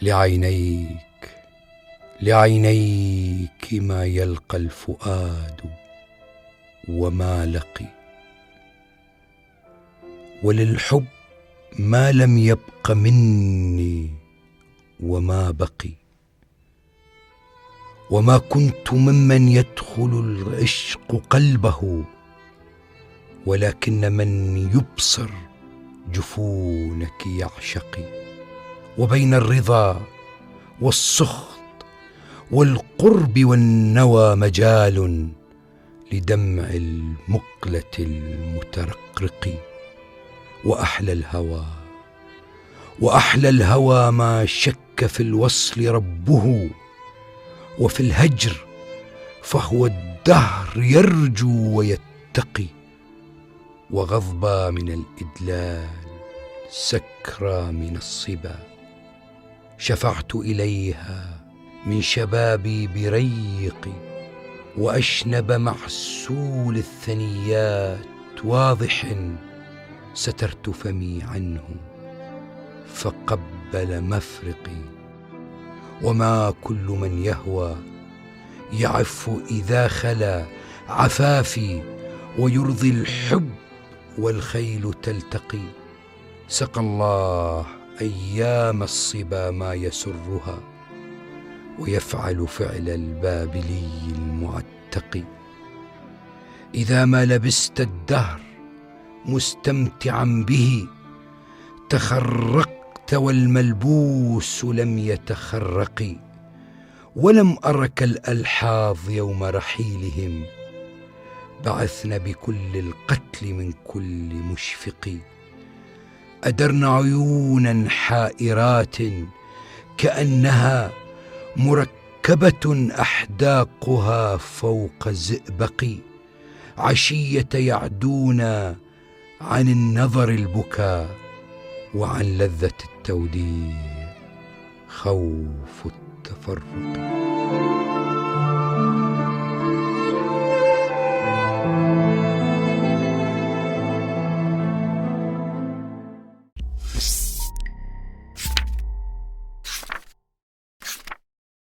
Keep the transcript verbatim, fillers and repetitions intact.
لعينيك لعينيك ما يلقى الفؤاد وما لقي، وللحب ما لم يبق مني وما بقي. وما كنت ممن يدخل العشق قلبه، ولكن من يبصر جفونك يعشقي. وبين الرضا والسخط والقرب والنوى مجال لدمع المقلة المترقرق. وأحلى الهوى وأحلى الهوى ما شك في الوصل ربه، وفي الهجر فهو الدهر يرجو ويتقي. وغضبى من الإدلال سكرى من الصبا، شفعت إليها من شبابي بريقي. وأشنب محسول الثنيات واضح، سترت فمي عنه فقبل مفرقي. وما كل من يهوى يعف إذا خلا عفافي، ويرضي الحب والخيل تلتقي. سقى الله أيام الصبا ما يسرها، ويفعل فعل البابلي المعتق. إذا ما لبست الدهر مستمتعا به تخرقت، والملبوس لم يتخرق. ولم أرك الألحاظ يوم رحيلهم، بعثن بكل القتل من كل مشفق. أدرن عيونا حائرات كأنها مركبة أحداقها فوق زئبق. عشية يعدون عن النظر البكاء، وعن لذة التوديع خوف التفرق.